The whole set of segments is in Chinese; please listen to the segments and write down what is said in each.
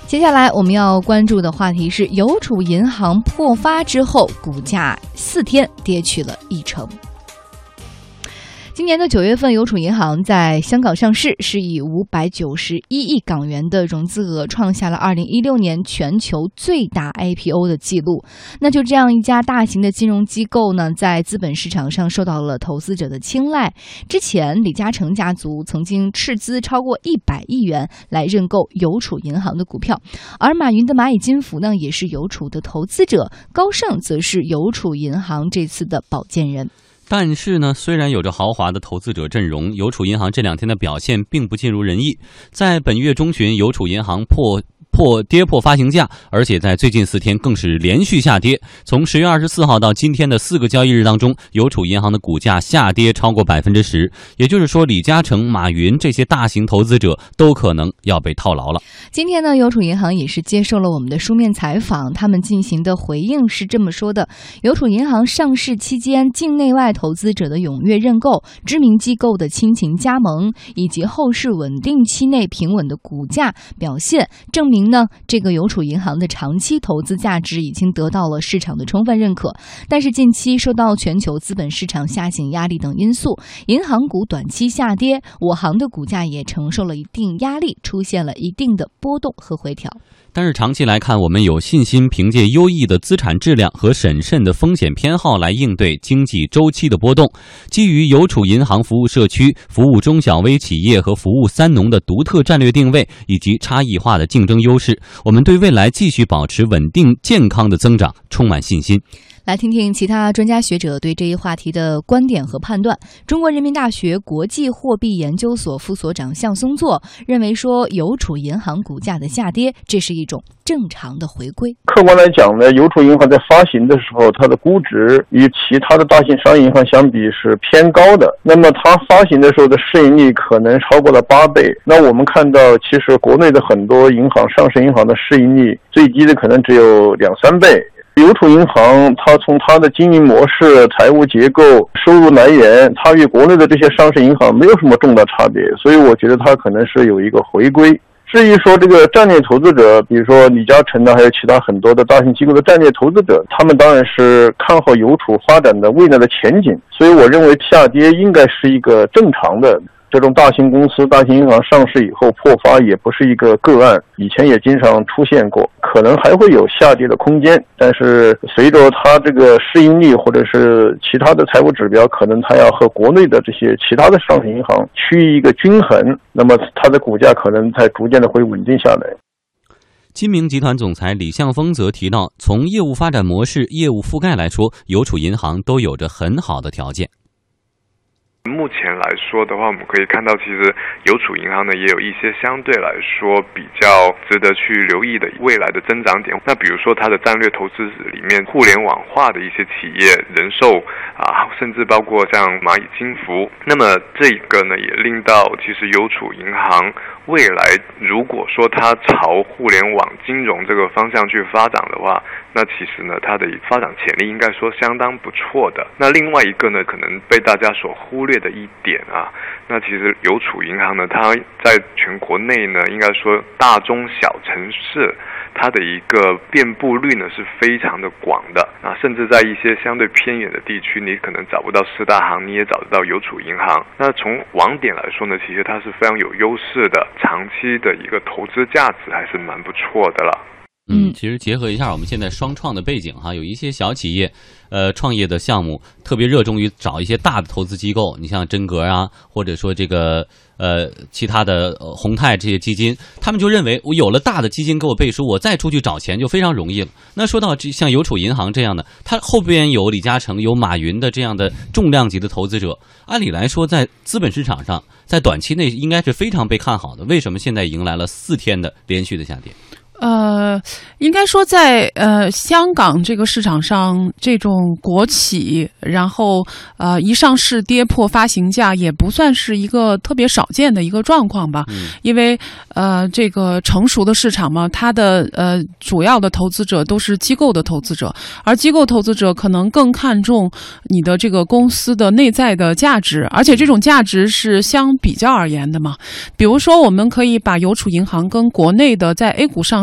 接下来我们要关注的话题是邮储银行破发之后，股价4天跌去了1成。今年的9月份，邮储银行在香港上市，是以591亿港元的融资额创下了2016年全球最大 IPO 的记录。那就这样一家大型的金融机构呢，在资本市场上受到了投资者的青睐。之前李嘉诚家族曾经斥资超过100亿元来认购邮储银行的股票，而马云的蚂蚁金服呢，也是邮储的投资者，高盛则是邮储银行这次的保荐人。 但是呢，虽然有着豪华的投资者阵容，邮储银行这2天的表现并不尽如人意。在本月中旬，邮储银行跌破发行价，而且在最近4天更是连续下跌。从10月24号到今天的4个交易日当中，邮储银行的股价下跌超过10%，也就是说，李嘉诚、马云这些大型投资者都可能要被套牢了。 今天呢，邮储银行也是接受了我们的书面采访，他们进行的回应是这么说的：邮储银行上市期间，境内外投资者的踊跃认购，知名机构的亲情加盟，以及后市稳定期内平稳的股价表现，证明呢，这个邮储银行的长期投资价值已经得到了市场的充分认可。但是近期受到全球资本市场下行压力等因素，银行股短期下跌，我行的股价也承受了一定压力，出现了一定的波动和回调。 但是长期来看，我们有信心凭借优异的资产质量和审慎的风险偏好来应对经济周期的波动。基于邮储银行服务社区、服务中小微企业和服务三农的独特战略定位以及差异化的竞争优势，我们对未来继续保持稳定健康的增长充满信心。 来听听其他专家学者对这一话题的观点和判断。中国人民大学国际货币研究所副所长向松作认为说，邮储银行股价的下跌，这是一种正常的回归。 客观来讲呢，邮储银行在发行的时候，它的估值与其他的大型商业银行相比是偏高的，那么它发行的时候的市盈率可能超过了8倍。那我们看到，其实国内的很多银行，上市银行的市盈率最低的可能只有2-3倍。邮储银行它从它的经营模式、财务结构、收入来源，它与国内的这些上市银行没有什么重大差别，所以我觉得它可能是有一个回归。至于说这个战略投资者，比如说李嘉诚呢，还有其他很多的大型机构的战略投资者，他们当然是看好邮储发展的未来的前景，所以我认为下跌应该是一个正常的。这种大型公司、大型银行上市以后破发也不是一个个案，以前也经常出现过，可能还会有下跌的空间。但是随着它这个市盈率或者是其他的财务指标，可能它要和国内的这些其他的上市银行趋于一个均衡，那么它的股价可能才逐渐的会稳定下来。 金明集团总裁李向峰则提到，从业务发展模式、业务覆盖来说，邮储银行都有着很好的条件。 目前来说的话，我们可以看到，其实邮储银行呢也有一些相对来说比较值得去留意的未来的增长点。那比如说它的战略投资里面，互联网化的一些企业、人寿甚至包括像蚂蚁金服。那么这个呢也令到其实邮储银行未来如果说它朝互联网金融这个方向去发展的话，那其实呢它的发展潜力应该说相当不错的。那另外一个呢可能被大家所忽略的一点那其实邮储银行呢，它在全国内呢，应该说大中小城市，它的一个遍布率呢是非常的广的甚至在一些相对偏远的地区，你可能找不到4大行，你也找得到邮储银行。那从网点来说呢，其实它是非常有优势的，长期的一个投资价值还是蛮不错的了。 其实结合一下我们现在双创的背景有一些小企业创业的项目特别热衷于找一些大的投资机构，你像真格或者说这个其他的宏泰这些基金，他们就认为我有了大的基金给我背书，我再出去找钱就非常容易了。那说到像邮储银行这样的，它后边有李嘉诚、有马云的这样的重量级的投资者，按理来说在资本市场上在短期内应该是非常被看好的，为什么现在迎来了4天的连续的下跌？ 应该说在香港这个市场上，这种国企然后一上市跌破发行价也不算是一个特别少见的一个状况吧。因为这个成熟的市场嘛，它的主要的投资者都是机构的投资者，而机构投资者可能更看重你的这个公司的内在的价值，而且这种价值是相比较而言的嘛。比如说我们可以把邮储银行跟国内的在 A 股上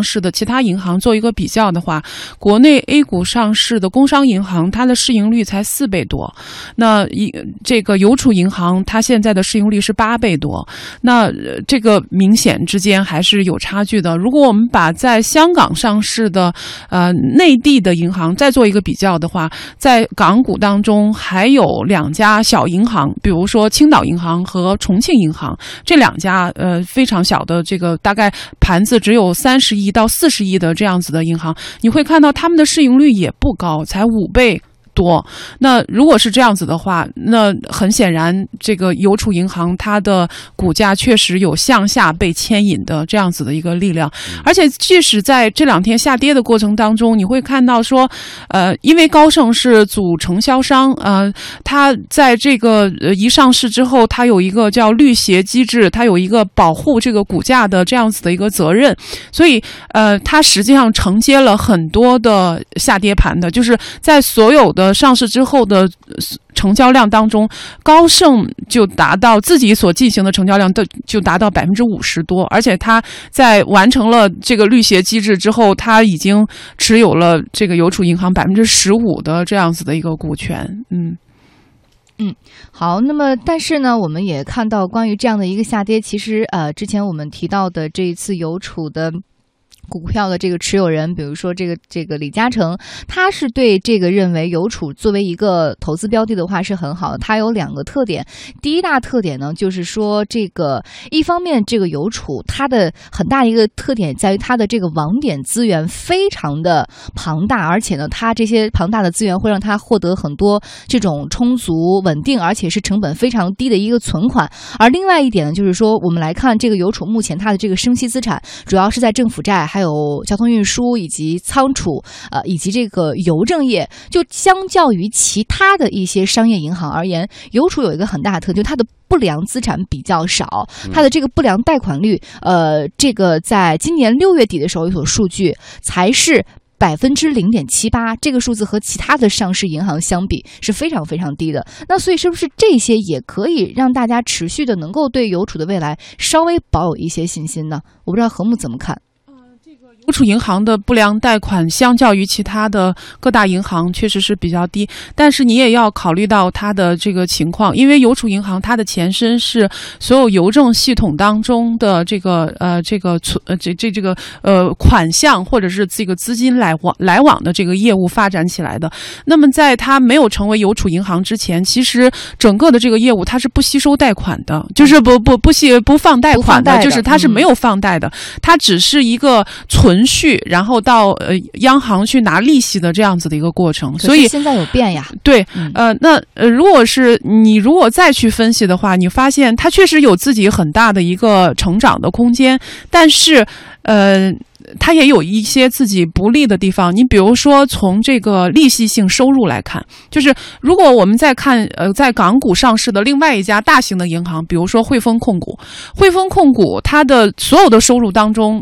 市的其他银行做一个比较的话，国内 A 股上市的工商银行，它的市盈率才4倍多，那这个邮储银行它现在的市盈率是8倍多，那这个明显之间还是有差距的。如果我们把在香港上市的内地的银行再做一个比较的话，在港股当中还有2家小银行，比如说青岛银行和重庆银行，这2家非常小的这个大概盘子只有30亿到40亿的这样子的银行，你会看到他们的市盈率也不高，才5倍多。那如果是这样子的话，那很显然这个邮储银行它的股价确实有向下被牵引的这样子的一个力量。而且即使在这2天下跌的过程当中，你会看到说因为高盛是主承销商，它在这个一上市之后，它有一个叫绿协机制，它有一个保护这个股价的这样子的一个责任，所以它实际上承接了很多的下跌盘的，就是在所有的上市之后的成交量当中，高盛就达到自己所进行的成交量就达到50%多，而且他在完成了这个绿协机制之后，他已经持有了这个邮储银行15%的这样子的一个股权。 好，那么但是呢，我们也看到关于这样的一个下跌，其实之前我们提到的这一次邮储的股票的这个持有人，比如说这个李嘉诚，他是对这个认为邮储作为一个投资标的的话是很好的。它有2个特点，第一大特点呢，就是说这个一方面这个邮储它的很大一个特点在于它的这个网点资源非常的庞大，而且呢，它这些庞大的资源会让它获得很多这种充足、稳定，而且是成本非常低的一个存款。而另外一点呢，就是说我们来看这个邮储目前它的这个生息资产，主要是在政府债，还有交通运输以及仓储，以及这个邮政业。就相较于其他的一些商业银行而言，邮储有一个很大的特点，就是它的不良资产比较少，它的这个不良贷款率，这个在今年6月底的时候有所数据，才是0.78%，这个数字和其他的上市银行相比是非常非常低的。那所以是不是这些也可以让大家持续的能够对邮储的未来稍微保有一些信心呢？我不知道何木怎么看。 邮储银行的不良贷款相较于其他的各大银行确实是比较低，但是你也要考虑到它的这个情况，因为邮储银行它的前身是所有邮政系统当中的这个款项或者是这个资金来往的这个业务发展起来的。那么在它没有成为邮储银行之前，其实整个的这个业务它是不吸收贷款的，就是不放贷款的，就是它是没有放贷的，它只是一个存续，然后到央行去拿利息的这样子的一个过程。所以现在有变呀。 对，如果是你如果再去分析的话，你发现它确实有自己很大的一个成长的空间，但是它也有一些自己不利的地方。你比如说从这个利息性收入来看，就是如果我们再看在港股上市的另外一家大型的银行，比如说汇丰控股，它的所有的收入当中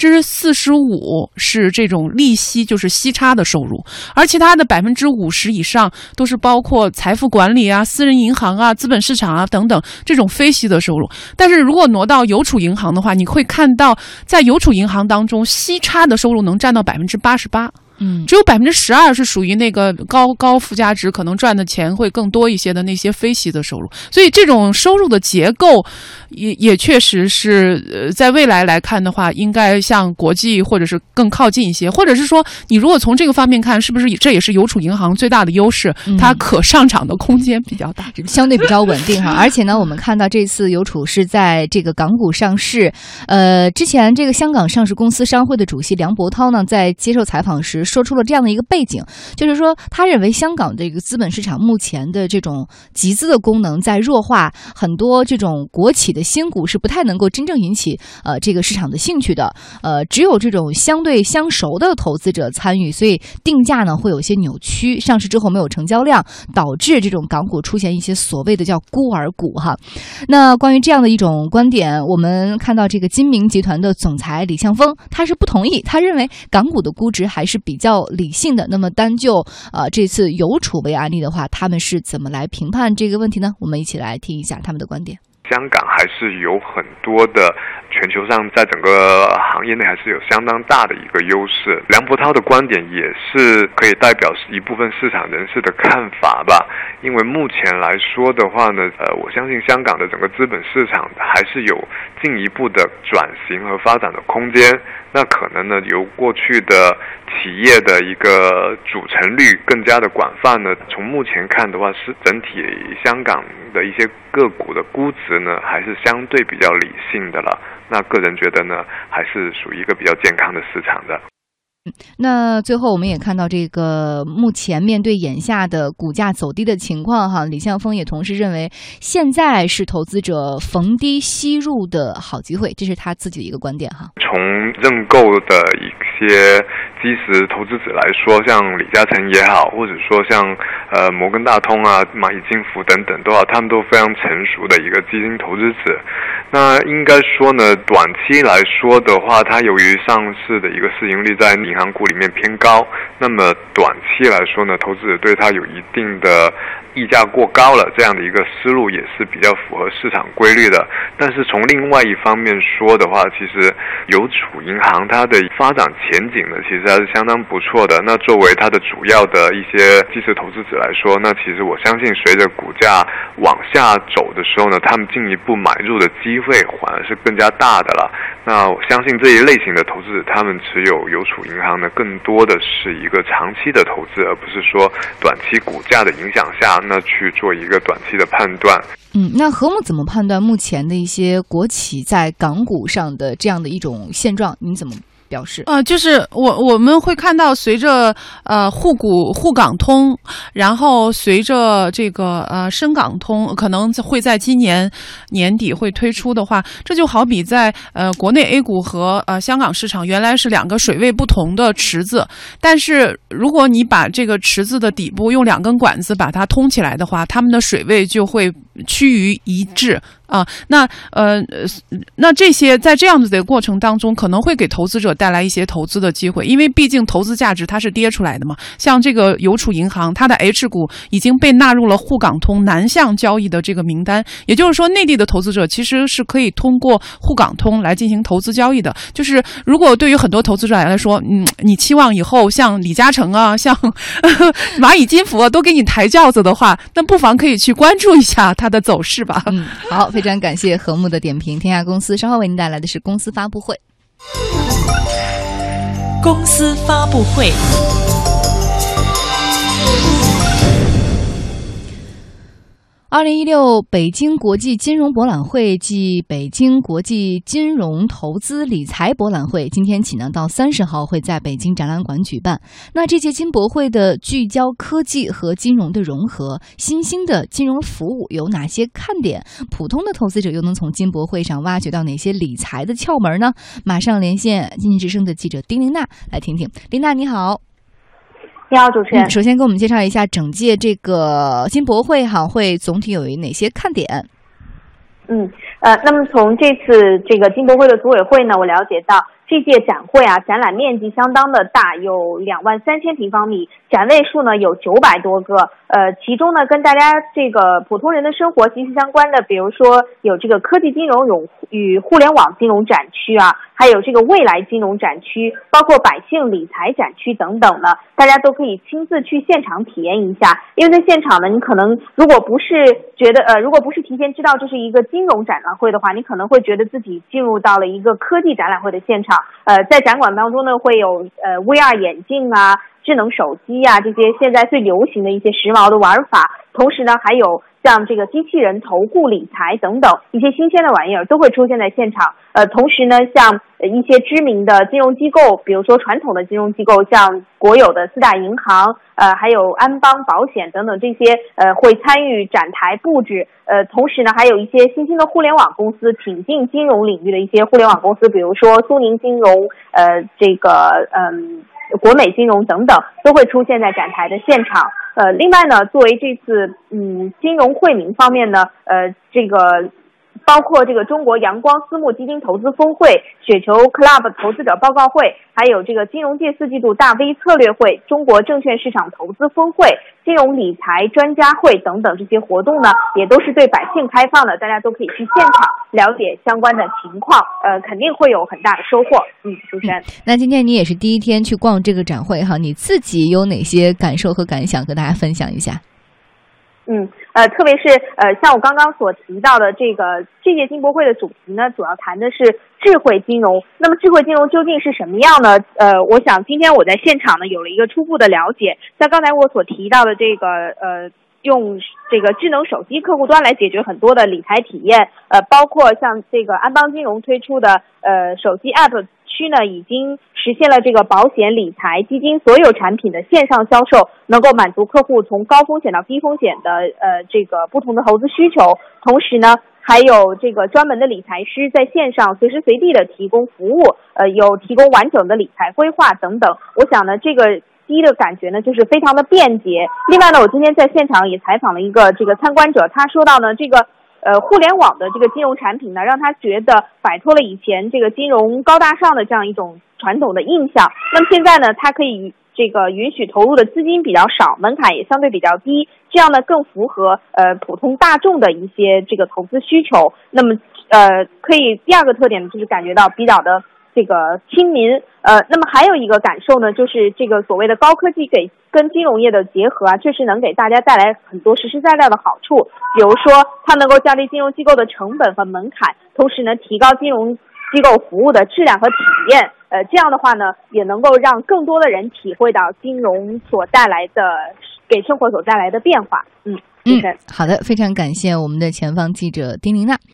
45%是这种利息，就是息差的收入，而其他的50%以上都是包括财富管理啊、私人银行啊、资本市场啊等等这种非息的收入。但是如果挪到邮储银行的话，你会看到在邮储银行当中息差的收入能占到88%。只有12%是属于那个高附加值，可能赚的钱会更多一些的那些非息的收入。所以这种收入的结构也确实是在未来来看的话，应该向国际或者是更靠近一些，或者是说你如果从这个方面看，是不是这也是邮储银行最大的优势，它可上涨的空间比较大， 相对比较稳定哈。而且呢，我们看到这次邮储是在这个港股上市，之前这个香港上市公司商会的主席梁博涛呢，在接受采访时说出了这样的一个背景，就是说他认为香港这个资本市场目前的这种集资的功能在弱化，很多这种国企的新股是不太能够真正引起这个市场的兴趣的，只有这种相对相熟的投资者参与，所以定价呢会有些扭曲，上市之后没有成交量，导致这种港股出现一些所谓的叫孤儿股哈。那关于这样的一种观点，我们看到这个金明集团的总裁李向峰他是不同意，他认为港股的估值还是比较理性的。那么单就这次邮储为案例的话，他们是怎么来评判这个问题呢？我们一起来听一下他们的观点。 香港还是有很多的全球上在整个行业内还是有相当大的一个优势。梁博涛的观点也是可以代表一部分市场人士的看法吧，因为目前来说的话呢，我相信香港的整个资本市场还是有进一步的转型和发展的空间。那可能呢，由过去的企业的一个组成率更加的广泛呢，从目前看的话，是整体香港的一些个股的估值呢，还是相对比较理性的了。那个人觉得呢，还是属于一个比较健康的市场的。 那最后我们也看到这个目前面对眼下的股价走低的情况哈，李向峰也同时认为现在是投资者逢低吸入的好机会，这是他自己的一个观点哈。 从认购的一些基石投资者来说，像李嘉诚也好，或者说像摩根大通啊、蚂蚁金服等等都好，他们都非常成熟的一个基金投资者。那应该说呢，短期来说的话，它由于上市的一个市盈率在银行股里面偏高，那么短期来说呢，投资者对它有一定的溢价过高了这样的一个思路也是比较符合市场规律的。但是从另外一方面说的话，其实邮储银行它的发展前景呢，其实还是相当不错的。那作为它的主要的一些基石投资者来说，那其实我相信随着股价往下走的时候呢，他们进一步买入的机会反而是更加大的了。那我相信这一类型的投资者，他们持有邮储银行呢，更多的是一个长期的投资，而不是说短期股价的影响下那去做一个短期的判断。 那何母怎么判断目前的一些国企在港股上的这样的一种现状？你怎么表示？ 就是我们会看到，随着沪港通，然后随着这个深港通可能会在今年年底会推出的话，这就好比在国内 A 股和香港市场原来是两个水位不同的池子，但是如果你把这个池子的底部用2根管子把它通起来的话，它们的水位就会趋于一致。那这些在这样子的过程当中，可能会给投资者带来一些投资的机会，因为毕竟投资价值它是跌出来的嘛。像这个邮储银行，它的 H 股已经被纳入了沪港通南向交易的这个名单，也就是说，内地的投资者其实是可以通过沪港通来进行投资交易的。就是如果对于很多投资者来说，你期望以后像李嘉诚啊，像蚂蚁金服啊，都给你抬轿子的话，那不妨可以去关注一下它的走势吧。 好，非常感谢何木的点评。天下公司稍后为您带来的是公司发布会。 公司发布会。 2016北京国际金融博览会暨北京国际金融投资理财博览会今天起呢，到30号会在北京展览馆举办。那这届金博会的聚焦科技和金融的融合，新兴的金融服务有哪些看点？普通的投资者又能从金博会上挖掘到哪些理财的窍门呢？马上连线经济之声的记者丁玲娜来听听。琳娜你好。 你好，主持人。 首先给我们介绍一下整届这个金博会会总体有哪些看点？ 那么从这次这个金博会的组委会呢，我了解到这届展会展览面积相当的大，有23000平方米，展位数呢有900多个。其中呢跟大家这个普通人的生活息息相关的，比如说有这个科技金融与互联网金融展区还有这个未来金融展区，包括百姓理财展区等等呢，大家都可以亲自去现场体验一下。因为在现场呢，你可能如果不是提前知道这是一个金融展览会的话，你可能会觉得自己进入到了一个科技展览会的现场。在展馆当中呢，会有VR 眼镜智能手机这些现在最流行的一些时髦的玩法，同时呢还有像这个机器人投顾理财等等一些新鲜的玩意儿都会出现在现场。同时呢，像一些知名的金融机构，比如说传统的金融机构，像国有的4大银行，还有安邦保险等等，这些会参与展台布置。同时呢，还有一些新兴的互联网公司，挺进金融领域的一些互联网公司，比如说苏宁金融，国美金融等等，都会出现在展台的现场。另外呢，作为这次金融惠民方面呢，这个包括这个中国阳光私募基金投资峰会、雪球 Club 投资者报告会，还有这个金融界4季度大 V 策略会、中国证券市场投资峰会、金融理财专家会等等这些活动呢，也都是对百姓开放的，大家都可以去现场了解相关的情况，肯定会有很大的收获。主持人， 那今天你也是第一天去逛这个展会哈，你自己有哪些感受和感想，和大家分享一下？ 特别是像我刚刚所提到的这届金博会的主题呢，主要谈的是智慧金融。那么智慧金融究竟是什么样呢？我想今天我在现场呢有了一个初步的了解。像刚才我所提到的用这个智能手机客户端来解决很多的理财体验，包括像这个安邦金融推出的手机 App 区呢，已经实现了这个保险、理财、基金所有产品的线上销售，能够满足客户从高风险到低风险的这个不同的投资需求。同时呢，还有这个专门的理财师在线上随时随地的提供服务，有提供完整的理财规划等等。我想呢，这个第一的感觉呢，就是非常的便捷。另外呢，我今天在现场也采访了一个这个参观者，他说到呢，这个互联网的这个金融产品呢，让他觉得摆脱了以前这个金融高大上的这样一种传统的印象。那么现在呢，它可以这个允许投入的资金比较少，门槛也相对比较低，这样呢更符合普通大众的一些这个投资需求。那么可以第二个特点呢，就是感觉到比较的这个亲民。那么还有一个感受呢，就是这个所谓的高科技跟金融业的结合啊，确实能给大家带来很多实实在在的好处。比如说，它能够降低金融机构的成本和门槛，同时呢，提高金融机构服务的质量和体验。这样的话呢，也能够让更多的人体会到金融所带来的给生活所带来的变化。 好的，非常感谢我们的前方记者丁玲娜。